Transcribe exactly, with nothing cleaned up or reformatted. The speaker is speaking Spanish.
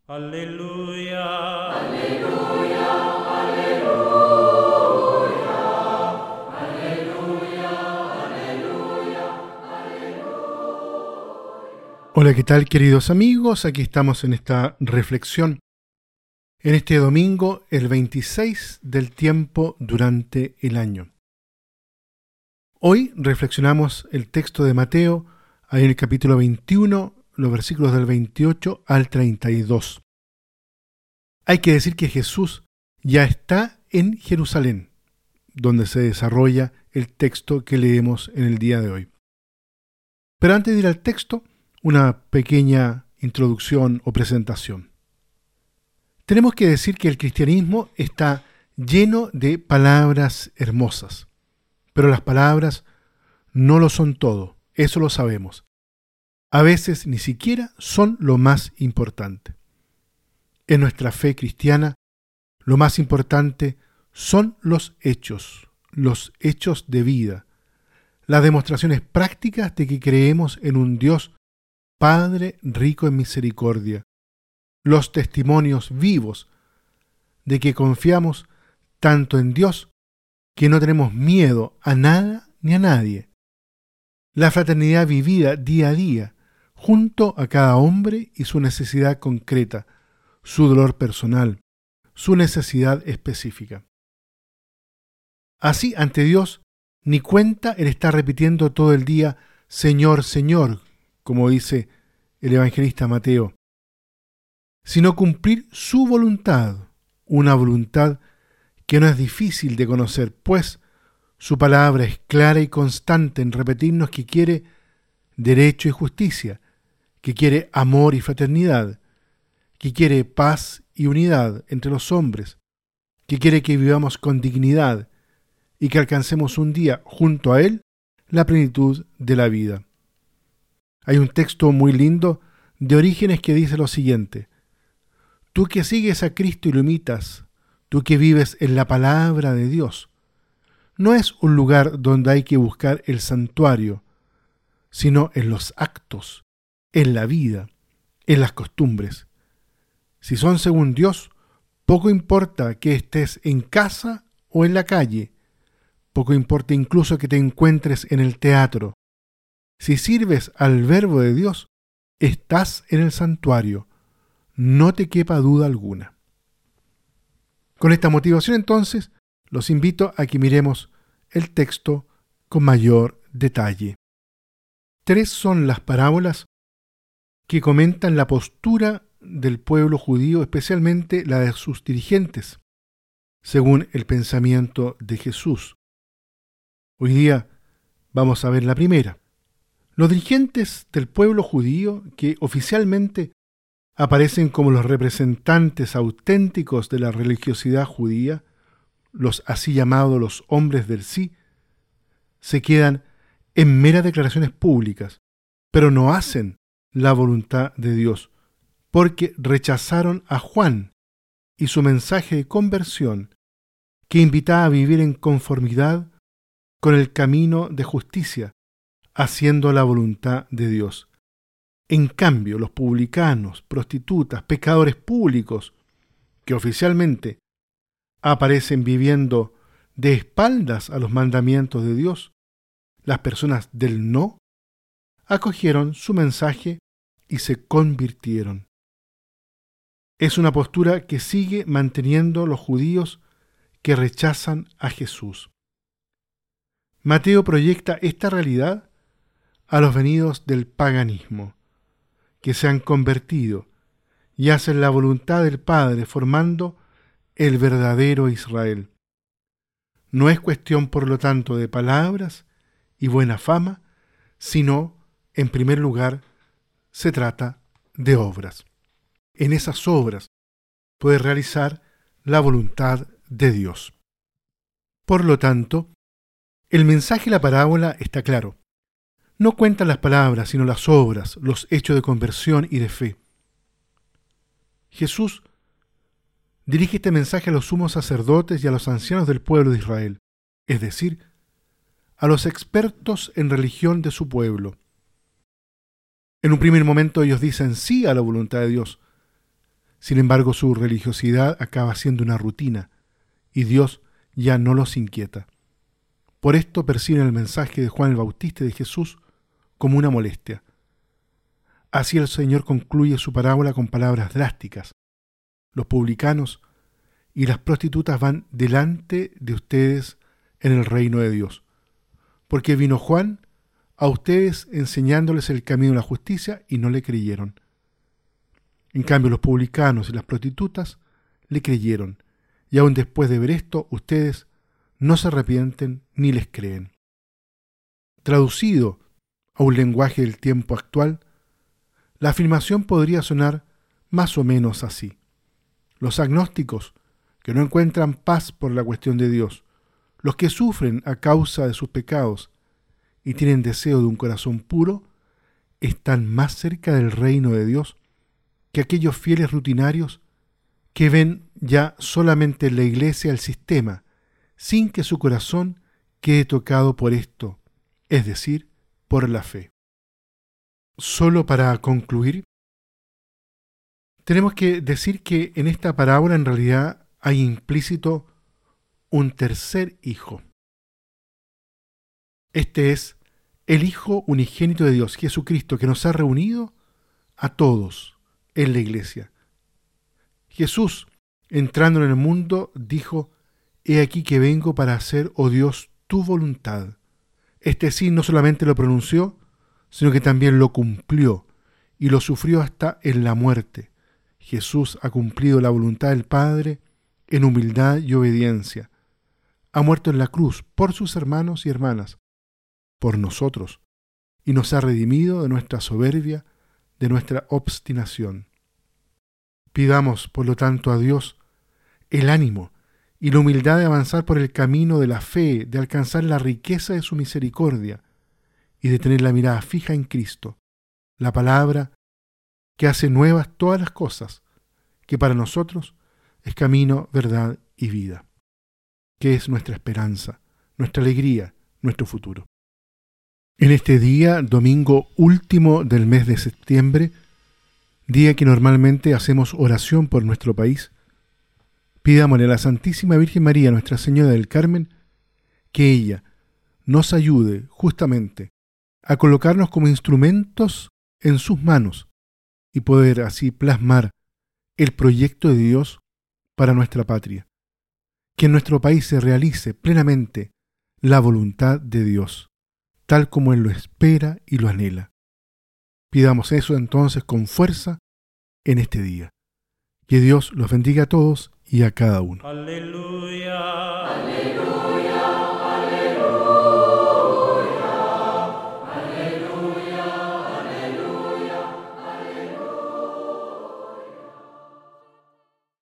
Aleluya. Aleluya, aleluya, aleluya, aleluya, aleluya. Hola, ¿qué tal, queridos amigos? Aquí estamos en esta reflexión en este domingo, el veintiséis del tiempo durante el año. Hoy reflexionamos el texto de Mateo, ahí en el capítulo veintiuno, los versículos del veintiocho al treinta y dos. Hay que decir que Jesús ya está en Jerusalén, donde se desarrolla el texto que leemos en el día de hoy. Pero antes de ir al texto, una pequeña introducción o presentación. Tenemos que decir que el cristianismo está lleno de palabras hermosas, pero las palabras no lo son todo, eso lo sabemos. A veces ni siquiera son lo más importante. En nuestra fe cristiana, lo más importante son los hechos, los hechos de vida, las demostraciones prácticas de que creemos en un Dios Padre rico en misericordia, los testimonios vivos de que confiamos tanto en Dios que no tenemos miedo a nada ni a nadie, la fraternidad vivida día a día junto a cada hombre y su necesidad concreta, su dolor personal, su necesidad específica. Así, ante Dios, ni cuenta el estar repitiendo todo el día Señor, Señor, como dice el evangelista Mateo, sino cumplir su voluntad, una voluntad que no es difícil de conocer, pues su palabra es clara y constante en repetirnos que quiere derecho y justicia, que quiere amor y fraternidad, que quiere paz y unidad entre los hombres, que quiere que vivamos con dignidad y que alcancemos un día junto a Él la plenitud de la vida. Hay un texto muy lindo de Orígenes que dice lo siguiente: tú que sigues a Cristo y lo imitas, tú que vives en la palabra de Dios, no es un lugar donde hay que buscar el santuario, sino en los actos, en la vida, en las costumbres. Si son según Dios, poco importa que estés en casa o en la calle, poco importa incluso que te encuentres en el teatro. Si sirves al verbo de Dios, estás en el santuario. No te quepa duda alguna. Con esta motivación, entonces, los invito a que miremos el texto con mayor detalle. Tres son las parábolas que comentan la postura del pueblo judío, especialmente la de sus dirigentes, según el pensamiento de Jesús. Hoy día vamos a ver la primera. Los dirigentes del pueblo judío, que oficialmente aparecen como los representantes auténticos de la religiosidad judía, los así llamados los hombres del sí, se quedan en meras declaraciones públicas, pero no hacen la voluntad de Dios, porque rechazaron a Juan y su mensaje de conversión, que invitaba a vivir en conformidad con el camino de justicia, haciendo la voluntad de Dios. En cambio, los publicanos, prostitutas, pecadores públicos, que oficialmente aparecen viviendo de espaldas a los mandamientos de Dios, las personas del no, acogieron su mensaje y se convirtieron. Es una postura que sigue manteniendo los judíos que rechazan a Jesús. Mateo proyecta esta realidad a los venidos del paganismo, que se han convertido y hacen la voluntad del Padre, formando el verdadero Israel. No es cuestión, por lo tanto, de palabras y buena fama, sino, en primer lugar, se trata de obras. En esas obras puede realizar la voluntad de Dios. Por lo tanto, el mensaje de la parábola está claro. No cuentan las palabras, sino las obras, los hechos de conversión y de fe. Jesús dirige este mensaje a los sumos sacerdotes y a los ancianos del pueblo de Israel, es decir, a los expertos en religión de su pueblo. En un primer momento ellos dicen sí a la voluntad de Dios. Sin embargo, su religiosidad acaba siendo una rutina y Dios ya no los inquieta. Por esto perciben el mensaje de Juan el Bautista y de Jesús como una molestia. Así el Señor concluye su parábola con palabras drásticas. Los publicanos y las prostitutas van delante de ustedes en el reino de Dios, porque vino Juan a ustedes enseñándoles el camino de la justicia y no le creyeron. En cambio, los publicanos y las prostitutas le creyeron, y aun después de ver esto, ustedes no se arrepienten ni les creen. Traducido a un lenguaje del tiempo actual, la afirmación podría sonar más o menos así. Los agnósticos, que no encuentran paz por la cuestión de Dios, los que sufren a causa de sus pecados y tienen deseo de un corazón puro, están más cerca del reino de Dios que aquellos fieles rutinarios que ven ya solamente en la iglesia el sistema, sin que su corazón quede tocado por esto, es decir, por la fe. Solo para concluir, tenemos que decir que en esta parábola en realidad hay implícito un tercer hijo. Este es el Hijo unigénito de Dios, Jesucristo, que nos ha reunido a todos en la iglesia. Jesús, entrando en el mundo, dijo: «He aquí que vengo para hacer, oh Dios, tu voluntad». Este sí no solamente lo pronunció, sino que también lo cumplió y lo sufrió hasta en la muerte. Jesús ha cumplido la voluntad del Padre en humildad y obediencia. Ha muerto en la cruz por sus hermanos y hermanas, por nosotros, y nos ha redimido de nuestra soberbia, de nuestra obstinación. Pidamos, por lo tanto, a Dios el ánimo y la humildad de avanzar por el camino de la fe, de alcanzar la riqueza de su misericordia y de tener la mirada fija en Cristo, la palabra que hace nuevas todas las cosas, que para nosotros es camino, verdad y vida, que es nuestra esperanza, nuestra alegría, nuestro futuro. En este día, domingo último del mes de septiembre, día que normalmente hacemos oración por nuestro país, pidámosle a la Santísima Virgen María, Nuestra Señora del Carmen, que ella nos ayude justamente a colocarnos como instrumentos en sus manos y poder así plasmar el proyecto de Dios para nuestra patria. Que en nuestro país se realice plenamente la voluntad de Dios, tal como Él lo espera y lo anhela. Pidamos eso entonces con fuerza en este día. Que Dios los bendiga a todos y a cada uno. Aleluya. Aleluya.